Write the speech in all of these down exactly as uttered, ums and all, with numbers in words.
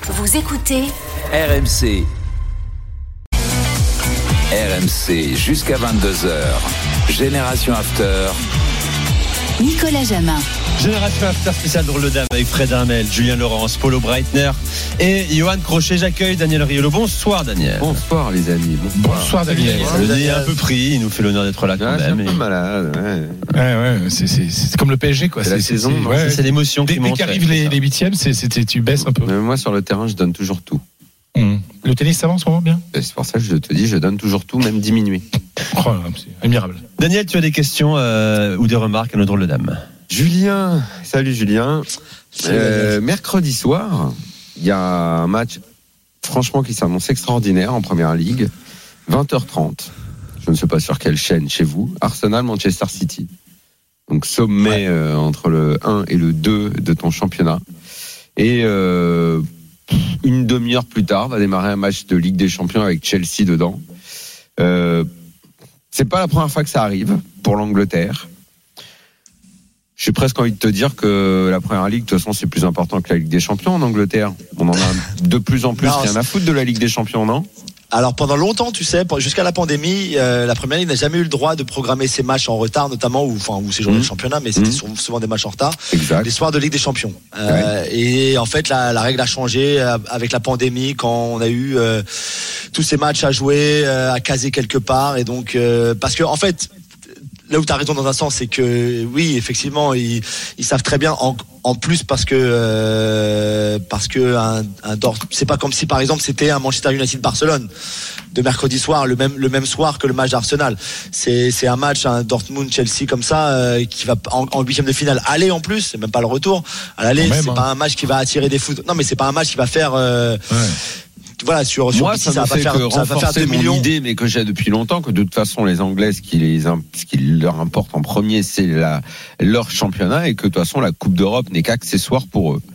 Vous écoutez R M C. R M C jusqu'à vingt-deux heures. Génération After. Nicolas Jamin. Génération After spécial drôle de dame avec Fred Hermel, Julien Laurence, Paulo Breitner et Johan Crochet. J'accueille Daniel Riolo. Bonsoir Daniel. Bonsoir les amis. Bonsoir, Bonsoir Daniel. Le nez est un peu pris, il nous fait l'honneur d'être là quand ah, même. C'est un peu malade. Ouais. Ouais, ouais, c'est, c'est, c'est comme le P S G quoi. C'est la saison, C'est, ouais. Ça, c'est l'émotion dès, qui dès monte. qu'arrivent les, les huitièmes, c'est, c'est, tu baisses un peu. Mais moi sur le terrain, je donne toujours tout. Mmh. Le tennis, ça va en ce moment bien. Et c'est pour ça que je te dis, je donne toujours tout, même diminué. Oh, c'est admirable. Daniel, tu as des questions euh, ou des remarques à nos drôles de dames? Julien, salut Julien. Euh, mercredi soir, il y a un match, franchement, qui s'annonce extraordinaire en première ligue. vingt heures trente. Je ne sais pas sur quelle chaîne chez vous. Arsenal-Manchester City. Donc sommet ouais. euh, entre le un et le deux de ton championnat. Et euh, une demi-heure plus tard, va démarrer un match de Ligue des Champions avec Chelsea dedans. Euh, c'est pas la première fois que ça arrive pour l'Angleterre. J'ai presque envie de te dire que la première ligue, de toute façon, c'est plus important que la Ligue des Champions en Angleterre. On en a de plus en plus non, rien à foutre de la Ligue des Champions, non ? Alors pendant longtemps, tu sais, jusqu'à la pandémie, euh, la première ligue n'a jamais eu le droit de programmer ses matchs en retard, notamment ou enfin ou ses journées mmh. de championnat, mais c'était mmh. souvent des matchs en retard. Exact. Les soirs de Ligue des Champions. Euh, ouais. Et en fait, la, la règle a changé avec la pandémie quand on a eu euh, tous ces matchs à jouer, euh, à caser quelque part, et donc euh, parce que en fait. Là où tu as raison dans un sens, c'est que oui, effectivement, ils, ils savent très bien. En, en plus, parce que euh, parce que un, un Dort, c'est pas comme si par exemple c'était un Manchester United Barcelone de mercredi soir, le même le même soir que le match d'Arsenal. C'est c'est un match, un Dortmund Chelsea comme ça euh, qui va en, en huitième de finale aller en plus, c'est même pas le retour. À l'aller, c'est hein. pas un match qui va attirer des foot. Non, mais c'est pas un match qui va faire. Euh, ouais. Voilà, sur, sur moi, P C, ça, ça va pas faire, que ça va faire deux millions. Mon idée, mais que j'ai depuis longtemps, que de toute façon, les Anglais, ce qui, les, ce qui leur importe en premier, c'est la, leur championnat, et que de toute façon, la Coupe d'Europe n'est qu'accessoire pour eux.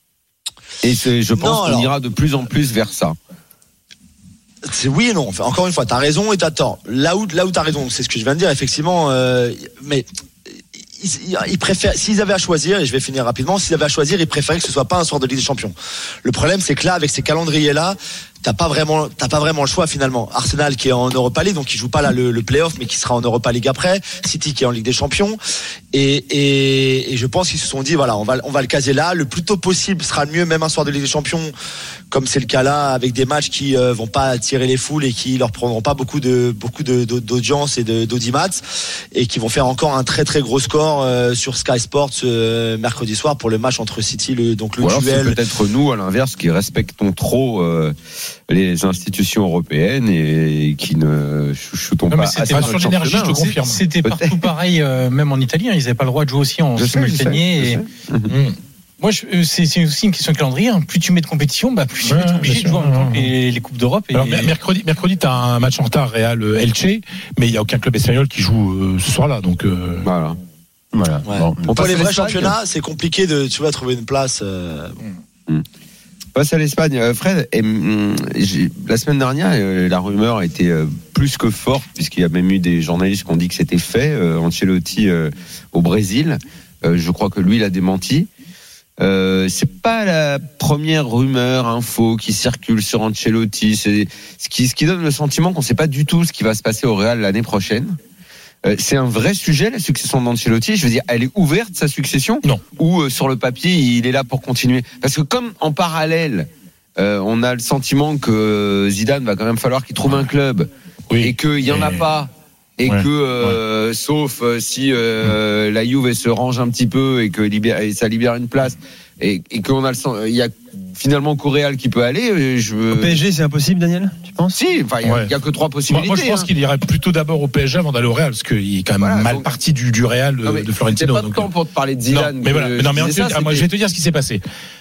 Et c'est, je pense non, qu'on alors, ira de plus en plus vers ça. C'est oui et non. Enfin, encore une fois, t'as raison et t'as tort. Là où, là où t'as raison, c'est ce que je viens de dire, effectivement, euh, mais. Ils, ils préfèrent, s'ils avaient à choisir, et je vais finir rapidement, s'ils avaient à choisir, ils préféraient que ce soit pas un soir de Ligue des Champions. Le problème, c'est que là, avec ces calendriers-là, t'as pas vraiment, t'as pas vraiment le choix finalement. Arsenal qui est en Europa League, donc qui joue pas là le, le play-off, mais qui sera en Europa League après. City qui est en Ligue des Champions. Et, et, et je pense qu'ils se sont dit, voilà, on va, on va le caser là. Le plus tôt possible sera le mieux, même un soir de Ligue des Champions, comme c'est le cas là, avec des matchs qui euh, vont pas attirer les foules et qui leur prendront pas beaucoup de, beaucoup de, d'audience et de, d'audimat, et qui vont faire encore un très très gros score euh, sur Sky Sports euh, mercredi soir pour le match entre City, le, donc le Ou alors duel. C'est peut-être nous, à l'inverse, qui respectons trop euh, les institutions européennes et qui ne chouchoutons non, pas. C'était pas sur l'énergie, je te confirme. C'était peut-être. Partout pareil, euh, même en Italie, hein, ils n'avaient pas le droit de jouer aussi en simultané. Et... Mmh. Moi, je, c'est, c'est aussi une question de calendrier. Hein. Plus tu mets de compétition, bah, plus ouais, tu es obligé de jouer en même temps que les, les coupes d'Europe. Et... Alors, mercredi, mercredi, tu as un match en retard, Real Elche, mais il n'y a aucun club espagnol qui joue euh, ce soir-là. Donc, euh... voilà. Voilà. Ouais. Bon, on pour les vrais championnats, c'est compliqué de, tu vois, trouver une place. Euh... Mmh. Passe à l'Espagne, euh, Fred. Et, hum, la semaine dernière, euh, la rumeur était euh, plus que forte, puisqu'il y a même eu des journalistes qui ont dit que c'était fait. Euh, Ancelotti euh, au Brésil, euh, je crois que lui l'a démenti. Euh, c'est pas la première rumeur, info qui circule sur Ancelotti. C'est ce qui, ce qui donne le sentiment qu'on sait pas du tout ce qui va se passer au Real l'année prochaine. Euh, c'est un vrai sujet, la succession d'Ancelotti. Je veux dire, elle est ouverte, sa succession ? Non. Ou euh, sur le papier, il est là pour continuer ? Parce que comme en parallèle, euh, on a le sentiment que Zidane va quand même falloir qu'il trouve un club, oui, et qu'il y en a pas. Et ouais, que, euh, ouais. sauf euh, si euh, mmh. la Juve se range un petit peu et que libère, et ça libère une place, et, et qu'on a le, il y a finalement qu'au Real qui peut aller. Je veux... Au P S G, c'est impossible, Daniel, tu penses ? Si, enfin, il ouais. y a que trois possibilités. Moi, moi je pense hein. qu'il irait plutôt d'abord au P S G avant d'aller au Real, parce qu'il est quand même voilà, mal donc... parti du, du Real de, non, de Florentino. C'est pas de temps pour te parler de Zidane. Non, mais voilà. Mais non, mais en ça, moi, je vais te dire ce qui s'est passé.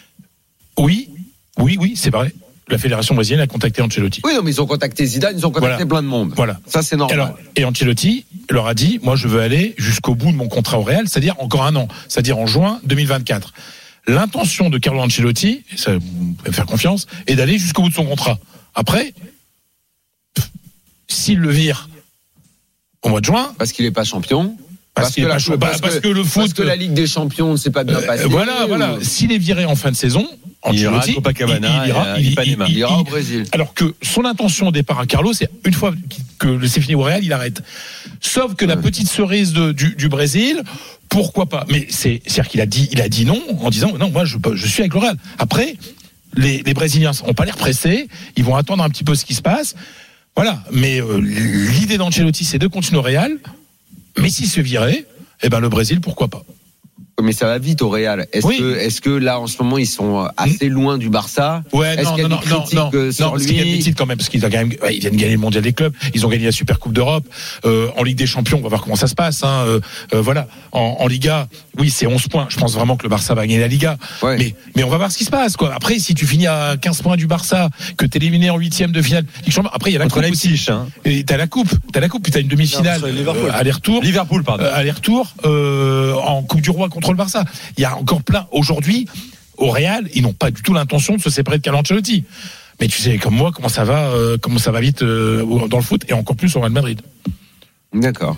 Oui, oui, oui, c'est vrai. La fédération brésilienne a contacté Ancelotti. Oui, non, mais ils ont contacté Zidane, ils ont contacté voilà. plein de monde. Voilà. Ça, c'est normal. Alors, et Ancelotti leur a dit, moi, je veux aller jusqu'au bout de mon contrat au Real, c'est-à-dire encore un an, c'est-à-dire en juin deux mille vingt-quatre. L'intention de Carlo Ancelotti, et ça, vous pouvez me faire confiance, est d'aller jusqu'au bout de son contrat. Après, pff, s'il le vire au mois de juin, parce qu'il n'est pas champion. Parce, parce, que, la, parce, parce, parce que, que le foot, parce que la Ligue des Champions ne s'est pas bien passée. Euh, voilà, ou... voilà. S'il est viré en fin de saison, il ira, il, il, il, ira, il, il, il ira au Brésil. Alors que son intention au départ à Carlos, c'est une fois que c'est fini au Real, il arrête. Sauf que ouais. la petite cerise de, du, du Brésil, pourquoi pas ? Mais c'est, c'est-à-dire qu'il a dit, il a dit non en disant non, moi je, je suis avec le Real. Après, les, les Brésiliens n'ont pas l'air pressés, ils vont attendre un petit peu ce qui se passe. Voilà. Mais euh, l'idée d'Ancelotti, c'est de continuer au Real. Mais s'il se virait, eh ben le Brésil, pourquoi pas ? Mais ça va vite au Real. Est-ce oui. que, est-ce que là, en ce moment, ils sont assez loin du Barça ? Ouais, est-ce non, qu'il y a non, des non, critiques non, non, sur non, parce lui ? qu'il y a des titres quand même, parce qu'ils ont quand même, ouais, ils viennent gagner le mondial des clubs, ils ont gagné la Super Coupe d'Europe, euh, en Ligue des Champions, on va voir comment ça se passe, hein, euh, euh, voilà. En, en Liga, oui, c'est onze points. Je pense vraiment que le Barça va gagner la Liga. Ouais. Mais, mais on va voir ce qui se passe, quoi. Après, si tu finis à quinze points du Barça, que t'es éliminé en huitième de finale, après, il y a la Contre coupe aussi. Hein. Et t'as la coupe, t'as la coupe, puis t'as une demi-finale, non, euh, aller-retour. Liverpool, pardon. Euh, aller-retour, euh, en Coupe du Roi contre le Barça. Il y a encore plein, aujourd'hui, au Real, ils n'ont pas du tout l'intention de se séparer de Carlo Ancelotti. Mais tu sais, comme moi, comment ça va, euh, comment ça va vite euh, dans le foot, et encore plus au Real Madrid. D'accord.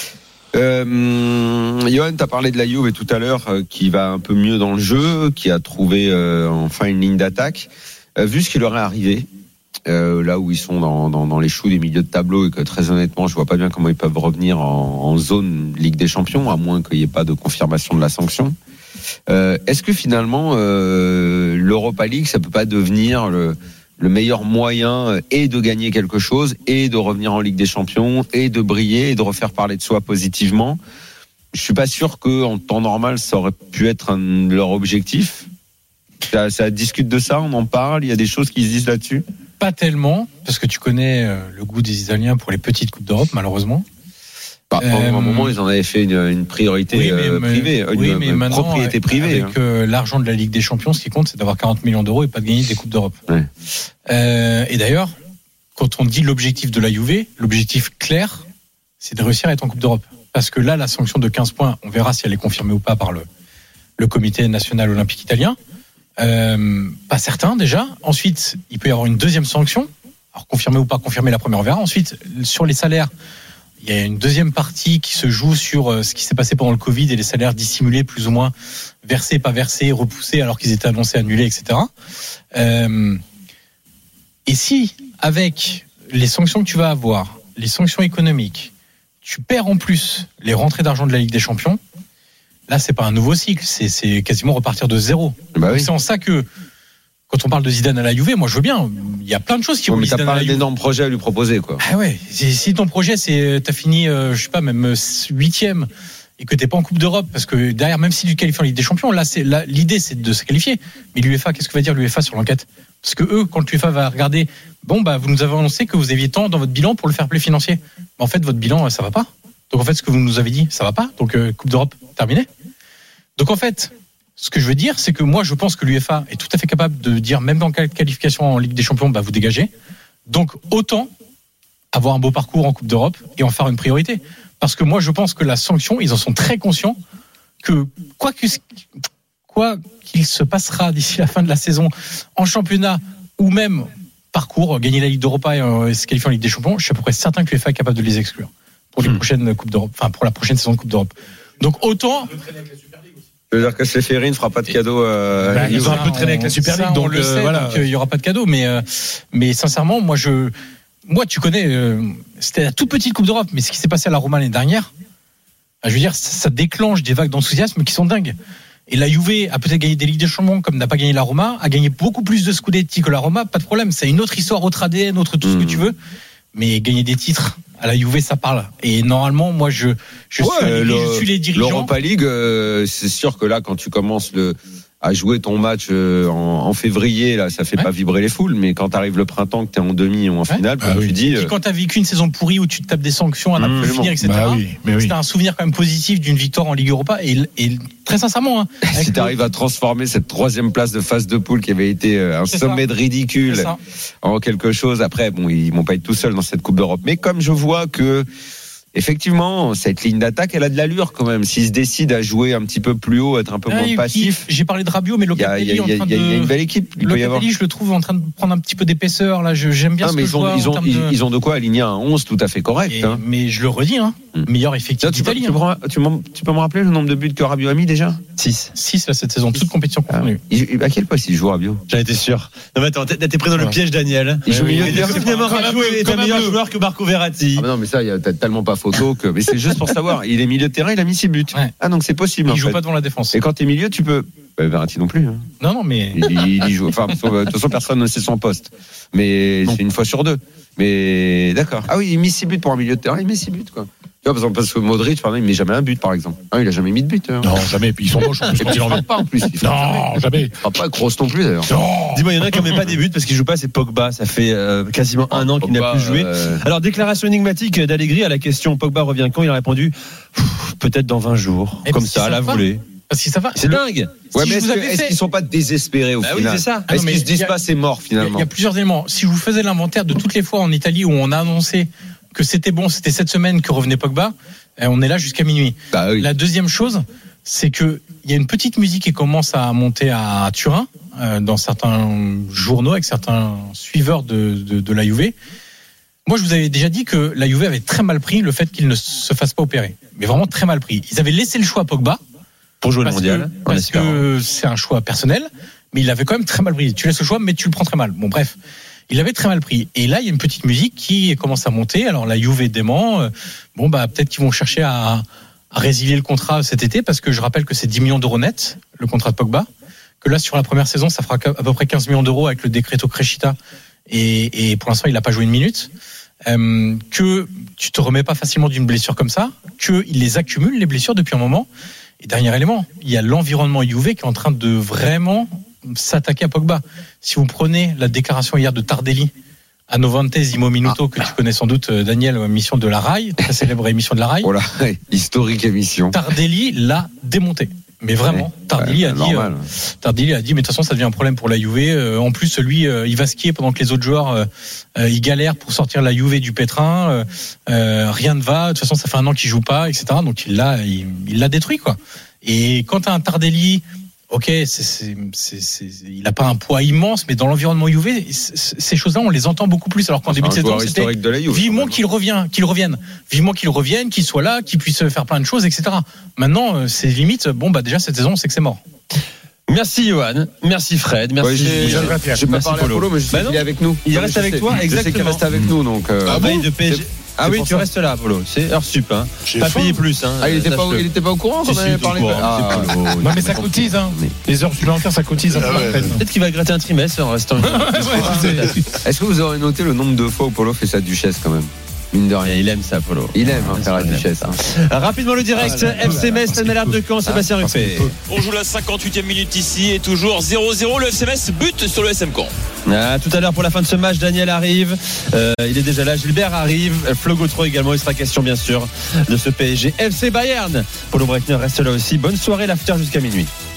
Euh, Johan, tu as parlé de la Juve tout à l'heure, euh, qui va un peu mieux dans le jeu, qui a trouvé euh, enfin une ligne d'attaque. Euh, vu ce qui leur est arrivé, euh, là où ils sont dans, dans, dans les choux des milieux de tableau, et que très honnêtement, je vois pas bien comment ils peuvent revenir en, en zone Ligue des Champions, à moins qu'il n'y ait pas de confirmation de la sanction. Euh, est-ce que finalement euh, l'Europa League, ça peut pas devenir le, le meilleur moyen et de gagner quelque chose, et de revenir en Ligue des Champions, et de briller, et de refaire parler de soi positivement ? Je suis pas sûr que en temps normal ça aurait pu être un, leur objectif. Ça, ça discute de ça, on en parle, il y a des choses qui se disent là-dessus. Pas tellement, parce que tu connais le goût des Italiens pour les petites coupes d'Europe, malheureusement. Bah, euh, à un moment, ils en avaient fait une, une priorité oui, mais, euh, privée, une, oui, mais une propriété privée. Avec euh, l'argent de la Ligue des Champions, ce qui compte, c'est d'avoir quarante millions d'euros et pas de gagner des coupes d'Europe. Ouais. Euh, et d'ailleurs, quand on dit l'objectif de la Juve, l'objectif clair, c'est de réussir à être en Coupe d'Europe. Parce que là, la sanction de quinze points, on verra si elle est confirmée ou pas par le, le Comité national olympique italien. Euh, pas certain déjà. Ensuite, il peut y avoir une deuxième sanction. Alors confirmée ou pas confirmée, la première on verra. Ensuite, sur les salaires, il y a une deuxième partie qui se joue sur ce qui s'est passé pendant le Covid et les salaires dissimulés, plus ou moins versés, pas versés, repoussés alors qu'ils étaient annoncés, annulés, et cetera. Euh, et si, avec les sanctions que tu vas avoir, les sanctions économiques, tu perds en plus les rentrées d'argent de la Ligue des Champions, là, c'est pas un nouveau cycle, c'est, c'est quasiment repartir de zéro. Bah oui. C'est en ça que, quand on parle de Zidane à la Juve, moi je veux bien. Il y a plein de choses qui vont. Oui, mais t'as pas d'énormes projets à lui proposer, quoi. Ah ouais. Si, si ton projet, c'est t'as fini, euh, je sais pas, même huitième et que t'es pas en Coupe d'Europe, parce que derrière, même si tu qualifies en Ligue des Champions, là, c'est là, l'idée, c'est de se qualifier. Mais l'UEFA, qu'est-ce que va dire l'UEFA sur l'enquête ? Parce que eux, quand l'UEFA va regarder, bon bah, vous nous avez annoncé que vous aviez tant dans votre bilan pour le fair play financier. Mais en fait, votre bilan, ça va pas. Donc en fait, ce que vous nous avez dit, ça va pas. Donc euh, Coupe d'Europe, terminé. Donc en fait. Ce que je veux dire, c'est que moi, je pense que l'UEFA est tout à fait capable de dire, même dans quelle qualification en Ligue des Champions, bah, vous dégagez. Donc, autant avoir un beau parcours en Coupe d'Europe et en faire une priorité. Parce que moi, je pense que la sanction, ils en sont très conscients que quoi, que, quoi qu'il se passera d'ici la fin de la saison en championnat ou même parcours, gagner la Ligue d'Europa et euh, se qualifier en Ligue des Champions, je suis à peu près certain que l'UEFA est capable de les exclure pour les mmh. prochaines Coupes d'Europe, enfin pour la prochaine saison de Coupe d'Europe. Donc, autant. Je veux dire que Seferi ne fera pas de cadeau. Euh, bah, ils ont un peu traîné avec la Super League, donc on le sait, euh, voilà. Donc, il y aura pas de cadeau, mais euh, mais sincèrement, moi je, moi tu connais, euh, c'était la toute petite Coupe d'Europe, mais ce qui s'est passé à la Roma l'année dernière, je veux dire, ça, ça déclenche des vagues d'enthousiasme qui sont dingues. Et la Juve a peut-être gagné des Ligues des Champions comme n'a pas gagné la Roma, a gagné beaucoup plus de Scudetti que la Roma, pas de problème. C'est une autre histoire, autre A D N, autre tout ce mmh. que tu veux. Mais gagner des titres à la Juve, ça parle. Et normalement, moi, je, je, ouais, suis, le, je suis les dirigeants. L'Europa League, euh, c'est sûr que là, quand tu commences le, à jouer ton match euh, en, en février, là, ça fait ouais. pas vibrer les foules. Mais quand t'arrives le printemps, que t'es en demi ou en ouais. finale, bah comme oui. tu dis. Et puis quand t'as vécu une saison pourrie où tu te tapes des sanctions à n'importe finir, et cetera. Bah oui, mais oui. C'était un souvenir quand même positif d'une victoire en Ligue Europa. Et, et très sincèrement, hein, si t'arrives le... à transformer cette troisième place de phase de poule qui avait été un c'est sommet ça. de ridicule en quelque chose. Après, bon, ils vont pas être tout seuls dans cette Coupe d'Europe. Mais comme je vois que effectivement, cette ligne d'attaque, elle a de l'allure quand même. S'ils se décident à jouer un petit peu plus haut, être un peu ah, moins passif. J'ai parlé de Rabiot, mais Locatelli, il y, y, y, y a une belle équipe. Il peut y avoir. Je le trouve en train de prendre un petit peu d'épaisseur. Là, je, j'aime bien ah, ce mais que ils je ont, vois. Ils ont, ils, de... ils ont de quoi aligner un onze tout à fait correct. Et, hein. Mais je le redis, hein, mm. meilleur effectif d'Italie. Tu, hein. tu, tu peux me rappeler le nombre de buts que Rabiot a mis déjà? six. six là cette saison, toute compétition confondue. Ah. À quel poste il joue Rabiot? J'en étais sûr. Non mais attends, t'es pris dans le piège, Daniel. Il joue milieu de terrain. Finalement, Rabiot est un meilleur joueur que Marco Verratti. Ah non, mais ça, il y a tellement pas photo que. Mais c'est juste pour savoir. Il est milieu de terrain, il a mis six buts. Ouais. Ah donc c'est possible. Il joue fait. pas devant la défense. Et quand t'es milieu, tu peux. Bah, Verratti non plus. Hein. Non non mais. Il, il, il joue. Enfin, de toute façon, personne ne sait son poste. Mais non. C'est une fois sur deux. Mais d'accord. Ah oui, il met six buts pour un milieu de terrain. Il met six buts quoi. Tu vois, parce que Modric, par exemple, il met jamais un but, par exemple. Ah, il a jamais mis de but. Hein. Non, jamais. Et puis ils sont moches. Et puis il en met pas en plus. Il non, jamais. Il fera pas grosse non plus d'ailleurs. Non. Dis-moi, il y en a qui n'en met pas des buts parce qu'il joue pas. C'est Pogba. Ça fait euh, quasiment un an qu'il Pogba, n'a plus joué. Euh... Alors déclaration énigmatique d'Allegri à la question Pogba revient quand? Il a répondu peut-être dans vingt jours. Et comme ça, à la volée. Parce que ça va. C'est dingue. Ouais, si mais est-ce, que, est-ce fait... qu'ils sont pas désespérés au bah final? Oui, c'est ça. Est-ce ah, qu'ils se disent a, pas c'est mort finalement? Il y a plusieurs éléments. Si je vous faisais l'inventaire de toutes les fois en Italie où on a annoncé que c'était bon, c'était cette semaine que revenait Pogba, on est là jusqu'à minuit. Bah oui. La deuxième chose, c'est que il y a une petite musique qui commence à monter à Turin, euh, dans certains journaux avec certains suiveurs de, de, de la Juve. Moi, je vous avais déjà dit que la Juve avait très mal pris le fait qu'il ne se fasse pas opérer, mais vraiment très mal pris. Ils avaient laissé le choix à Pogba pour jouer le mondial, que, parce que c'est un choix personnel, mais il avait quand même très mal pris. Tu laisses le choix, mais tu le prends très mal. Bon, bref. Il avait très mal pris. Et là, il y a une petite musique qui commence à monter. Alors, la Juve dément. Bon, bah, peut-être qu'ils vont chercher à, à résilier le contrat cet été, parce que je rappelle que c'est dix millions d'euros net, le contrat de Pogba. Que là, sur la première saison, ça fera à peu près quinze millions d'euros avec le Decreto Crescita. Et, et pour l'instant, il n'a pas joué une minute. Euh, que tu te remets pas facilement d'une blessure comme ça. Que il les accumule, les blessures, depuis un moment. Et dernier élément, il y a l'environnement Juve qui est en train de vraiment s'attaquer à Pogba. Si vous prenez la déclaration hier de Tardelli à Novante Imo Minuto, ah. que tu connais sans doute, Daniel, émission de la R A I, très célèbre émission de la R A I. Oh là, historique émission. Tardelli l'a démonté. Mais vraiment, ouais, Tardelli, ouais, a dit, euh, Tardelli a dit, mais de toute façon, ça devient un problème pour la Juve. Euh, en plus, lui, euh, il va skier pendant que les autres joueurs, euh, euh, ils galèrent pour sortir la Juve du pétrin. Euh, euh, rien ne va. De toute façon, ça fait un an qu'il joue pas, et cetera. Donc, il l'a, il, il l'a détruit, quoi. Et quand t'as un Tardelli, ok, c'est, c'est, c'est, c'est, il n'a pas un poids immense, mais dans l'environnement Juve, ces choses-là, on les entend beaucoup plus. Alors qu'en début de saison, c'était de Juve, vivement qu'il revienne, qu'il revienne, vivement qu'il revienne, qu'il soit là, qu'il puisse faire plein de choses, et cetera. Maintenant, c'est limite. Bon, bah déjà cette saison, on sait que c'est mort. Merci Johan, merci Fred, merci. Ouais, j'ai, j'ai, j'ai pas parlé à Polo, mais je sais bah qu'il est avec nous. Il reste avec toi, exactement. Je sais qu'il reste avec nous, donc. Euh, ah bon de P S G. Ah oui, tu ça. Restes là, Polo. C'est heure sup, hein. Pas payé plus, hein. Ah, il était pas, il était pas au courant quand on avait parlé. Ah, non, mais ça cotise, hein. Les heures supplémentaires, ça cotise. Ah ouais. Peut-être qu'il va gratter un trimestre en restant. Est-ce que vous aurez noté le nombre de fois où Polo fait sa duchesse quand même? Mine de rien. Il aime ça, Polo. Il aime hein, faire la duchesse. Hein. Rapidement le direct, ah, F C Metz, Stade Malherbe de Caen, Sébastien Ruffet. On joue la cinquante-huitième minute ici et toujours zéro zéro. Le F C Metz bute sur le S M Caen. Ah, tout à l'heure pour la fin de ce match, Daniel arrive. Euh, il est déjà là. Gilbert arrive. Flo Gautreau également. Il sera question, bien sûr, de ce P S G F C Bayern. Polo Breitner reste là aussi. Bonne soirée, l'after jusqu'à minuit.